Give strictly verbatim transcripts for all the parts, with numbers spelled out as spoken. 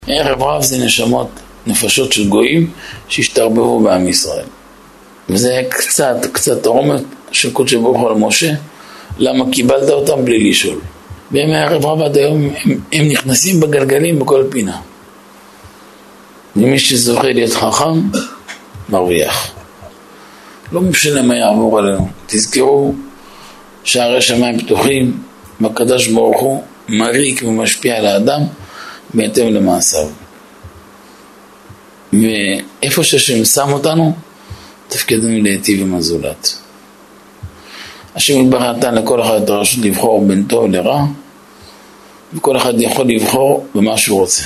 ערב רב זה נשמות, נפשות של גויים שהשתרבבו בעם ישראל. וזה קצת, קצת עומק של קודש ברוך הוא על משה, למה קיבלת אותם בלי לשאול. בימי ערב רב עד היום הם, הם נכנסים בגלגלים בכל פינה. ומי שזוכה להיות חכם, מרוויח. לא משנה מה יעבור עלינו. תזכרו שערי שמיים פתוחים, והקדוש ברוך הוא מריק ומשפיע על האדם בהתאם למעשיו. ואיפה שהשם שם אותנו, תפקידנו להיטיב עם הזולת. השם יתברך נתן לכל אחד את הרשות לבחור בין טוב לרע, וכל אחד יכול לבחור במה שהוא רוצה.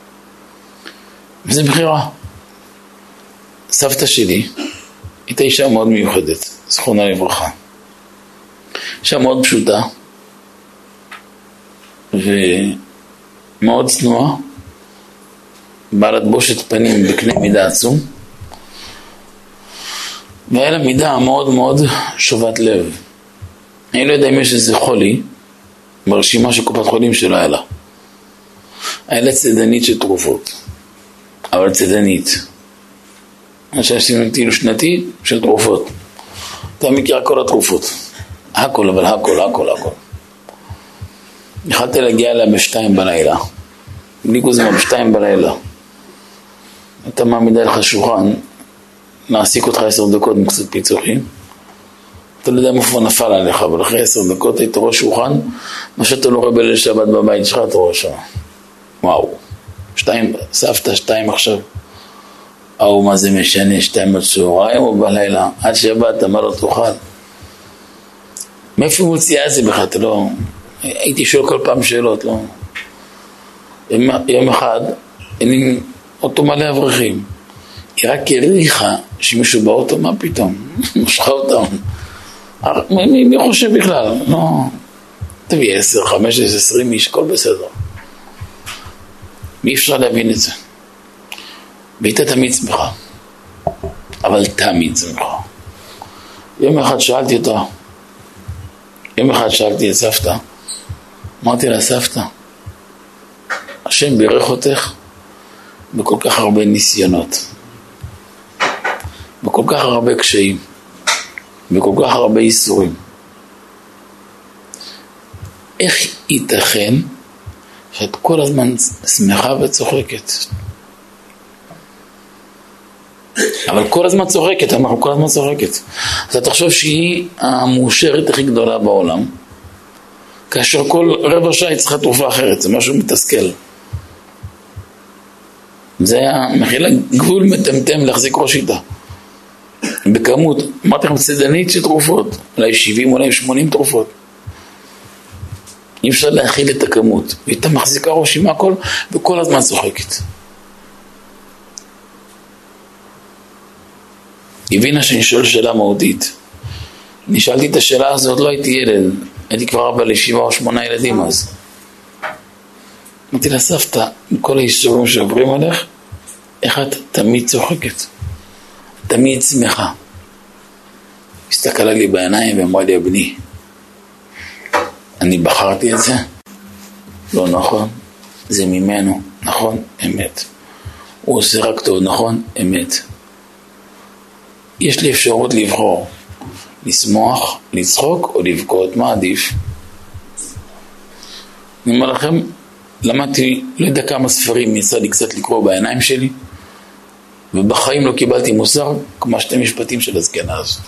וזה בחירה. סבתא שלי הייתה אישה מאוד מיוחדת, זכרונה לברכה. אישה מאוד פשוטה ומאוד צנועה, בעלת בושת פנים בקנה מידה עצום, והיה לה מידה מאוד מאוד שובת לב. אני לא יודע אם יש איזה חולי ברשימה של קופת חולים שלא היה לה. היה לה צדנית של תרופות, אבל צדנית. מה שעשינו כאילו שנתי של תרופות. אתה מכיר כל התרופות. הכל, אבל הכל, הכל, הכל. יכלתי להגיע אליה בשתיים בלילה. בלי גוזמה בשתיים בלילה. אתה מעמידה לך שולחן, מעסיק אותך עשר דקות עם קצת פיצוחים. אתה לא יודע מאיפה נפל עליך, אבל אחרי עשר דקות היית ראש שולחן, מה שאתה לא רואה בליל שבת בבית שלך, אתה רואה שם. וואו. שתיים, סבתא שתיים עכשיו. או מה זה משנה, שתיים בצהריים או בלילה, עד שבת, מה לא תאכל. מאיפה מוציאה את זה בכלל? אתה לא... הייתי שואל כל פעם שאלות, לא? יום, יום אחד, אני אוטו מלא אברכים. היא רק הריחה שמישהו באוטו, מה פתאום? משכה אותם. מי, מי חושב בכלל? לא... תביא עשר, חמש, עשרים איש, כל בסדר. מי אפשר להבין את זה? והייתה תמיד שמחה, אבל תמיד שמחה. יום אחד שאלתי אותה, יום אחד שאלתי את סבתא, אמרתי לה, סבתא, השם בירך אותך בכל כך הרבה ניסיונות, בכל כך הרבה קשיים, בכל כך הרבה איסורים. איך ייתכן שאת כל הזמן שמחה וצוחקת? אבל כל הזמן צוחקת, אנחנו כל הזמן צוחקת. אז אתה תחשוב שהיא המאושרת הכי גדולה בעולם, כאשר כל רבע שעה היא צריכה תרופה אחרת, זה משהו מתסכל. זה היה מכילה גבול מטמטם להחזיק ראש איתה. בכמות, אמרתי לכם, צדנית של תרופות, אולי שבעים, אולי שמונים תרופות. אי אפשר להכיל את הכמות, והיא הייתה מחזיקה ראש עם הכל, וכל הזמן צוחקת. הבינה שאני שואל שאלה מהותית. אני שאלתי את השאלה הזאת, לא הייתי ילד, הייתי כבר אבא לשבעה או שמונה ילדים אז. אמרתי לה, סבתא, כל האיסורים שעוברים עליך, איך את תמיד צוחקת? תמיד שמחה. הסתכלה לי בעיניים ואמרה לי, בני, אני בחרתי את זה? לא נכון, זה ממנו, נכון, אמת. הוא עושה רק טוב, נכון, אמת. יש לי אפשרות לבחור, לשמוח, לצחוק או לבכות, מה עדיף? אני אומר לכם, למדתי, לא יודע כמה ספרים יצא לי קצת לקרוא בעיניים שלי, ובחיים לא קיבלתי מוסר כמו שתי משפטים של הזקנה הזאת.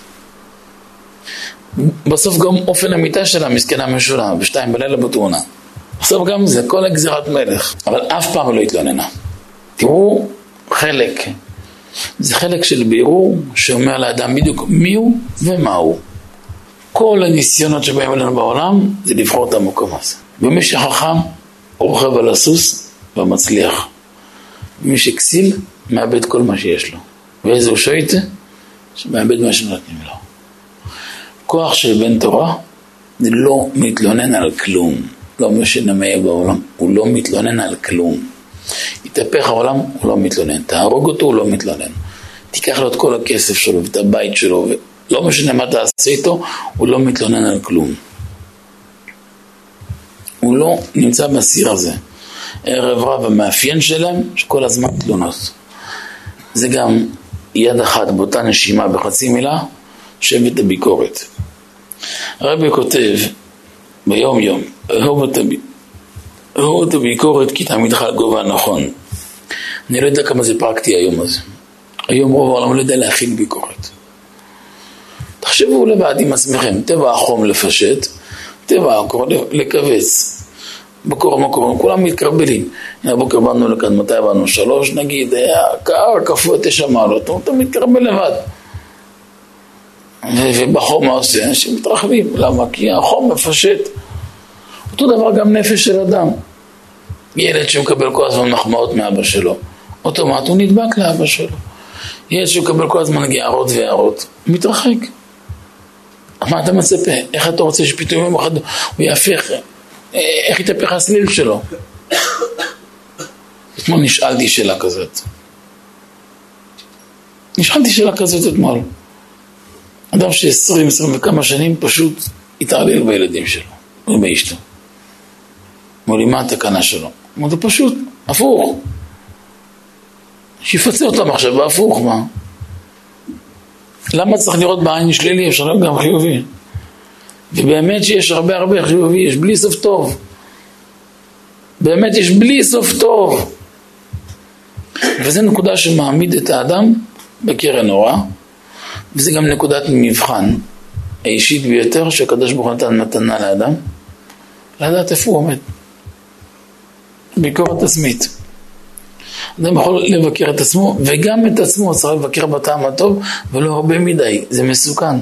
בסוף גם אופן המיטה שלה מסכנה משולה, בשתיים בלילה בתאונה. בסוף גם זה כל הגזירת מלך, אבל אף פעם לא התלוננה. תראו חלק, זה חלק של בירור שאומר לאדם בדיוק מי הוא ומה הוא. כל הניסיונות שבאים אלינו בעולם זה לבחור את המקום הזה. ומי שחכם רוכב על הסוס ומצליח. ומי שכסיל מאבד כל מה שיש לו. ואיזהו שויטה שמאבד מה שנותנים לו. כוח של בן תורה זה לא מתלונן על כלום. לא משנה מה יהיה בעולם, הוא לא מתלונן על כלום. יתהפך העולם, הוא לא מתלונן. תהרוג אותו, הוא לא מתלונן. תיקח לו את כל הכסף שלו ואת הבית שלו, ולא משנה מה תעשה איתו, הוא לא מתלונן על כלום. הוא לא נמצא בסיר הזה. ערב רב המאפיין שלהם, שכל הזמן תלונות. זה גם יד אחת באותה נשימה בחצי מילה, שבט הביקורת. הרבי כותב ביום יום, אהוב את הביקורת כי תעמיד לך על גובה הנכון. אני לא יודע כמה זה פרקטי היום הזה. היום רוב העולם לא יודע להכיל ביקורת. תחשבו לבד עם עצמכם, טבע החום לפשט, טבע הקור לקבץ. בקור המקור, כולם מתקרבלים. הבוקר באנו לכאן, מתי באנו? שלוש, נגיד, קר, כפו תשע מעלות, אתה מתקרבל לבד. ובחום מה עושה? אנשים מתרחבים. למה? כי החום מפשט. אותו דבר גם נפש של אדם. ילד שמקבל כל הזמן מחמאות מאבא שלו, אוטומט הוא נדבק לאבא שלו. ילד שמקבל כל הזמן גערות והערות, הוא מתרחק. מה אתה מצפה? איך אתה רוצה שפתאום יום אחד הוא יהפך? איך יתהפך הסליל שלו? אתמול נשאלתי שאלה כזאת. נשאלתי שאלה כזאת אתמול. אדם שעשרים, עשרים וכמה שנים פשוט התעלל בילדים שלו, ובאשתו. אמרו לי, מה התקנה שלו? אמרו, זה פשוט, הפוך. שיפצה אותה מחשבה, הפוך, מה? למה צריך לראות בעין שלילי? אפשר לראות גם חיובי. ובאמת שיש הרבה הרבה חיובי, יש בלי סוף טוב. באמת יש בלי סוף טוב. וזה נקודה שמעמיד את האדם בקרן אורה, וזה גם נקודת מבחן האישית ביותר שהקדוש ברוך הוא נתן מתנה לאדם, לדעת איפה הוא עומד. ביקורת עצמית. אדם יכול לבקר את עצמו, וגם את עצמו צריך לבקר בטעם הטוב, ולא הרבה מדי, זה מסוכן.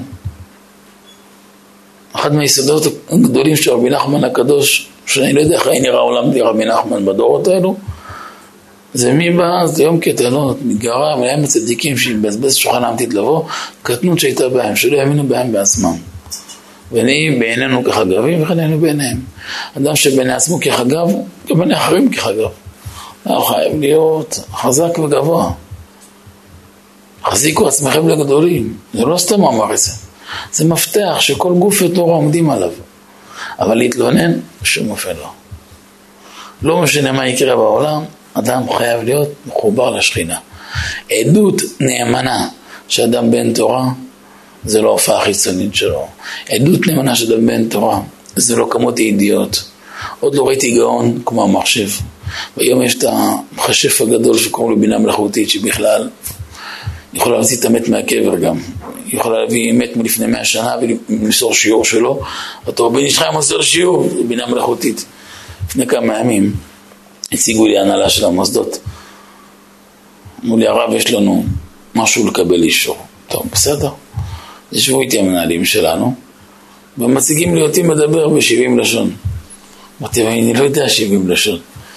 אחד מהיסודות הגדולים של רבי נחמן הקדוש, שאני לא יודע איך נראה העולם בלי רבי נחמן בדורות האלו, זה מי בא, זה יום קטנות, מגרה, מלאים הצדיקים שבזבז שולחן עמתית לבוא, קטנות שהייתה בהם, שלא יאמינו בהם בעצמם. ונהי בעינינו כחגבים, וחנינו בעיניהם. אדם שבעיני עצמו כחגב, גם בעיני אחרים כחגב. הוא חייב להיות חזק וגבוה. חזיקו עצמכם לגדולים. זה לא סתם אמר את זה. זה מפתח שכל גוף ותורה עומדים עליו. אבל להתלונן, שום אופן לא. לא משנה מה יקרה בעולם, אדם חייב להיות מחובר לשכינה. עדות נאמנה שאדם בן תורה, זה לא הופעה חיצונית שלו. עדות נאמנה שאדם בן תורה, זה לא כמות ידיעות. עוד לא ראיתי גאון כמו המחשב. והיום יש את המחשב הגדול שקוראים לו בינה מלאכותית, שבכלל יכולה להוציא את המת מהקבר גם. יכולה להביא מת מלפני מאה שנה ולמסור שיעור שלו. אתה רבי נשחי מוסר שיעור, בינה מלאכותית. לפני כמה ימים הציגו לי הנהלה של המוסדות. אמרו לי, הרב, יש לנו משהו לקבל אישור. טוב, בסדר. ישבו איתי המנהלים שלנו, ומציגים לי אותי מדבר ב-שבעים לשון. אמרתי, אני לא יודע שבעים לשון.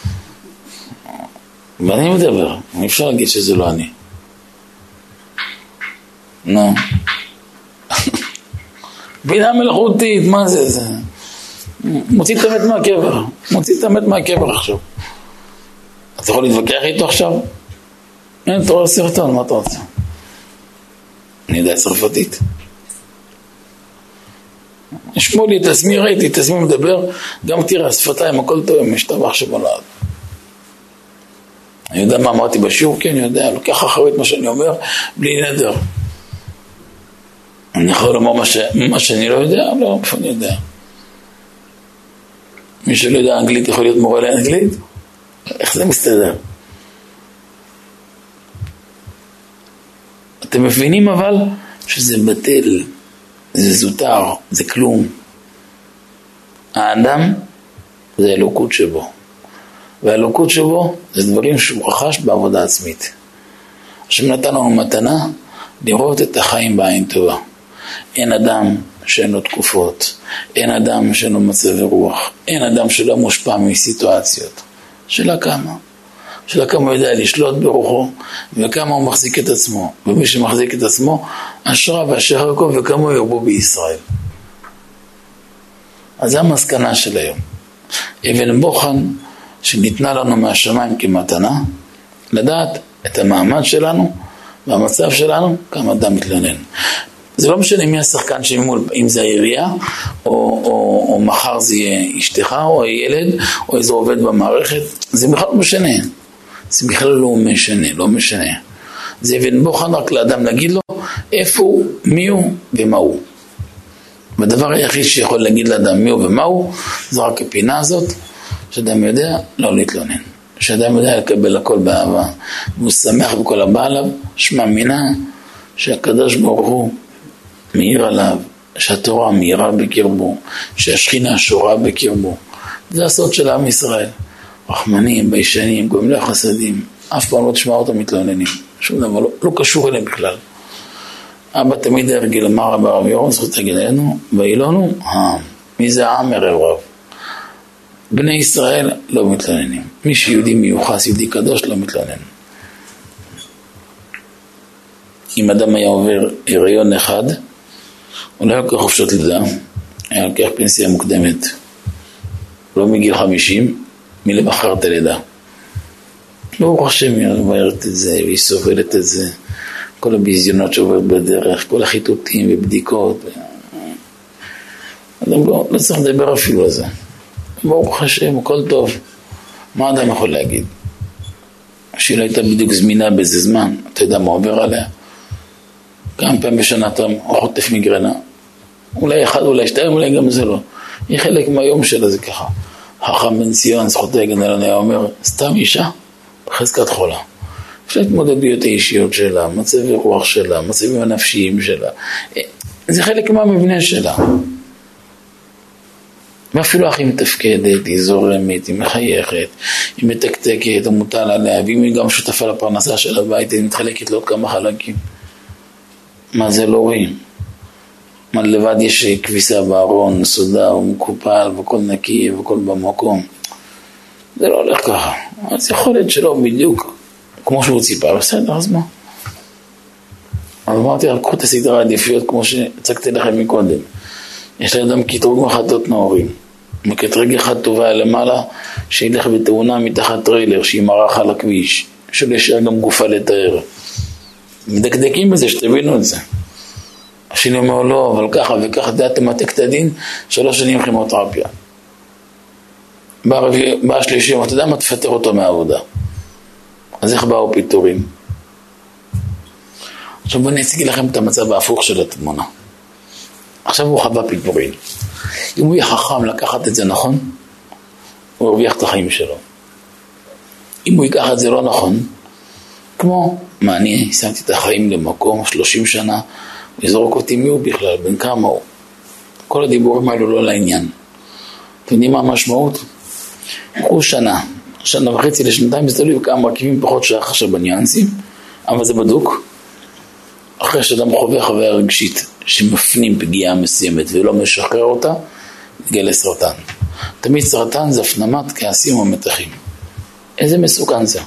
ואני מדבר, אי אפשר להגיד שזה לא אני. נו. בינה מלאכותית, מה זה? זה? מוציא את המת מהקבר. מוציא את המת מהקבר עכשיו. אתה יכול להתווכח איתו עכשיו? אין, אתה רואה סרטון, מה אתה רוצה? אני יודע צרפתית. ישמעו לי את עצמי, ראיתי את עצמי מדבר, גם תראה, שפתיים, הכל טוב, משתבח שבנועד. אני יודע מה אמרתי בשיעור, כן, אני יודע, לוקח אחריות מה שאני אומר, בלי נדר. אני יכול לומר מה, ש... מה שאני לא יודע, לא, איפה אני יודע. מי שלא יודע אנגלית יכול להיות מורה לאנגלית? איך זה מסתדר? אתם מבינים אבל שזה בטל, זה זוטר, זה כלום. האדם זה אלוקות שבו. והאלוקות שבו זה דברים שהוא רכש בעבודה עצמית. השם נתן לנו מתנה לראות את החיים בעין טובה. אין אדם שאין לו תקופות, אין אדם שאין לו מצב רוח, אין אדם שלא מושפע מסיטואציות. שאלה כמה? שאלה כמה הוא יודע לשלוט ברוחו, וכמה הוא מחזיק את עצמו. ומי שמחזיק את עצמו, אשרה ואשר יעקב וכמה הוא ירבו בישראל. אז זה המסקנה של היום. אבן בוחן שניתנה לנו מהשמיים כמתנה, לדעת את המעמד שלנו והמצב שלנו, כמה אדם מתלונן. זה לא משנה מי השחקן שממול, אם זה העירייה, או, או, או מחר זה יהיה אשתך, או הילד, או איזה עובד במערכת, זה בכלל לא משנה. זה בכלל לא משנה, לא משנה. זה אבן בוחן רק לאדם להגיד לו איפה הוא, מי הוא ומה הוא. והדבר היחיד שיכול להגיד לאדם מי הוא ומה הוא, זה רק הפינה הזאת, שאדם יודע לא להתלונן. שאדם יודע לקבל הכל באהבה, והוא שמח בכל הבא עליו, שמאמינה שהקדוש ברוך הוא מאיר עליו, שהתורה מאירה בקרבו, שהשכינה שורה בקרבו. זה הסוד של עם ישראל. רחמנים, ביישנים, גומלי החסדים, אף פעם לא תשמע אותם מתלוננים. שום דבר, לא, לא קשור אליהם בכלל. אבא תמיד הרגיל אמר רבי הרב ירון, זכות תגיד עלינו, ואילונו, העם. מי זה העם? ערב רב. בני ישראל לא מתלוננים. מי שיהודי מיוחס, יהודי קדוש, לא מתלונן. אם אדם היה עובר הריון אחד, הוא לא היה לוקח חופשות לידה, היה לוקח פנסיה מוקדמת. לא מגיל חמישים, מלבחרת הלידה. לא השם היא עוברת את זה, והיא סובלת את זה. כל הביזיונות שעוברת בדרך, כל החיתותים ובדיקות. אדם לא, לא צריך לדבר אפילו על זה. ברוך השם, הכל טוב. מה אדם יכול להגיד? שהיא לא הייתה בדיוק זמינה באיזה זמן, אתה יודע מה עובר עליה? כמה פעם בשנה אתה חוטף מגרנה. אולי אחד, אולי שתיים, אולי גם זה לא. היא חלק מהיום שלה, זה ככה. חכם בן ציון, זכות הגנלן, היה אומר, סתם אישה, בחזקת חולה. יש לה התמודדויות האישיות שלה, מצבי רוח שלה, מצבים הנפשיים שלה. זה חלק מהמבנה שלה. ואפילו אך היא מתפקדת, היא זורמת, היא מחייכת, היא מתקתקת, היא מוטל עליה, ואם היא גם שותפה לפרנסה של הבית, היא מתחלקת לעוד כמה חלקים. מה זה לא רואים? מה לבד יש כביסה בארון, מסודר, מקופל, וכל נקי, וכל במקום. זה לא הולך ככה. אז יכול להיות שלא בדיוק כמו שהוא ציפה, בסדר, אז מה? אז אמרתי, קחו את הסדרה העדיפויות כמו שהצגתי לכם מקודם. יש לאדם קטרוג מחטות נאורים. מקטרג אחד טובה למעלה, שילך בתאונה מתחת טריילר, שהיא מרח על הכביש, שלא ישאר גם גופה לתאר. מדקדקים בזה, שתבינו את זה. השני אומר לא, אבל ככה וככה, דעת תמתק את הדין, שלוש שנים כימותרפיה. בא השלישי, אתה יודע מה תפטר אותו מהעבודה. אז איך באו פיתורים? עכשיו בוא נציג לכם את המצב ההפוך של התמונה. עכשיו הוא חווה פיתורים. אם הוא יהיה חכם לקחת את זה נכון, הוא הרוויח את החיים שלו. אם הוא ייקח את זה לא נכון, כמו, מה אני שמתי את החיים למקום, שלושים שנה, הוא יזרוק אותי מי הוא בכלל, בין כמה הוא. כל הדיבורים האלו לא לעניין. אתם יודעים מה המשמעות? הוא שנה, שנה וחצי לשנתיים, זה תלוי כמה מרכיבים פחות שייך עכשיו בניואנסים, אבל זה בדוק. אחרי שאדם חווה חוויה רגשית, שמפנים פגיעה מסוימת ולא משחרר אותה, נגיע לסרטן. תמיד סרטן זה הפנמת כעסים ומתחים. איזה מסוכן זה?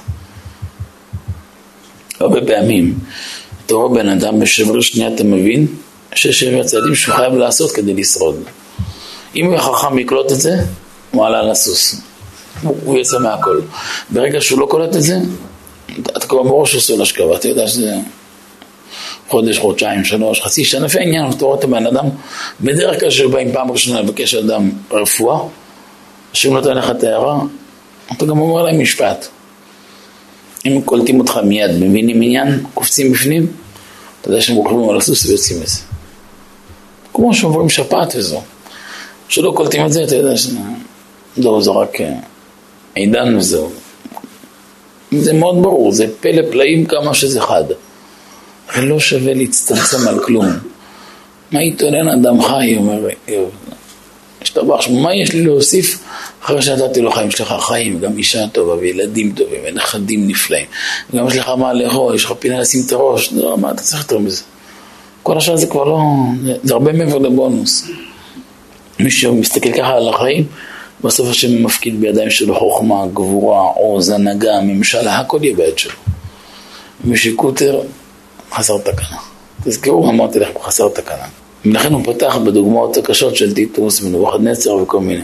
הרבה פעמים, אתה רואה בן אדם בשבר שנייה, אתה מבין שיש שבע צעדים שהוא חייב לעשות כדי לשרוד. אם הוא חכם יקלוט את זה, הוא עלה לסוס. הוא, הוא יצא מהכל. ברגע שהוא לא קולט את זה, אתה כבר מראש עושה להשכבה. אתה יודע שזה חודש, חודשיים, שלוש, חצי שנה, לפי העניין, אתה רואה את הבן אדם, בדרך כלל שבאים פעם ראשונה לבקש אדם רפואה, שהוא נותן לך את הערה, אתה גם אומר להם משפט. אם קולטים אותך מיד, מבינים עניין, קופצים בפנים, אתה יודע שהם רוכבים על הסוס ויוצאים את זה. כמו שעוברים שפעת וזו. שלא קולטים את זה, אתה יודע שזה לא, זה רק עידן וזהו. זה מאוד ברור, זה פלא פלאים כמה שזה חד. ולא שווה להצטמצם על כלום. מה יתעונן אדם חי, אומר, השתבח, מה יש לי להוסיף אחרי שנתתי לו חיים? יש לך חיים, גם אישה טובה וילדים טובים ונכדים נפלאים, גם יש לך מה לאכול, יש לך פינה לשים את הראש, לא, מה אתה צריך יותר מזה? כל השאר זה כבר לא, זה הרבה מעבר לבונוס. מי שמסתכל ככה על החיים, בסוף השם מפקיד בידיים שלו חוכמה, גבורה, עוז, הנהגה, ממשלה, הכל יהיה ביד שלו. מי שקוטר, חסר תקנה. תזכרו, אמרתי לכם, חסר תקנה. ולכן הוא פתח בדוגמאות הקשות של טיטוס ונבוכדנצר וכל מיני.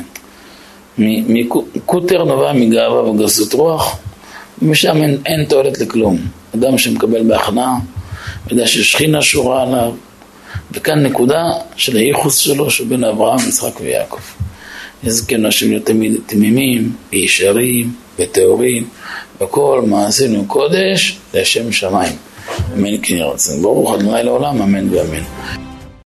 מקוטר נובע מגאווה וגסות רוח, ומשם אין, אין תועלת לכלום. אדם שמקבל בהכנעה, יודע ששכינה שורה עליו, וכאן נקודה של הייחוס שלו שבין אברהם, יצחק ויעקב. יזכנו השם להיות תמיד תמימים, ישרים וטהורים, בכל מעשינו קודש לשם שמיים. אמן כן יהיה רצון. ברוך ה' לעולם, אמן ואמן.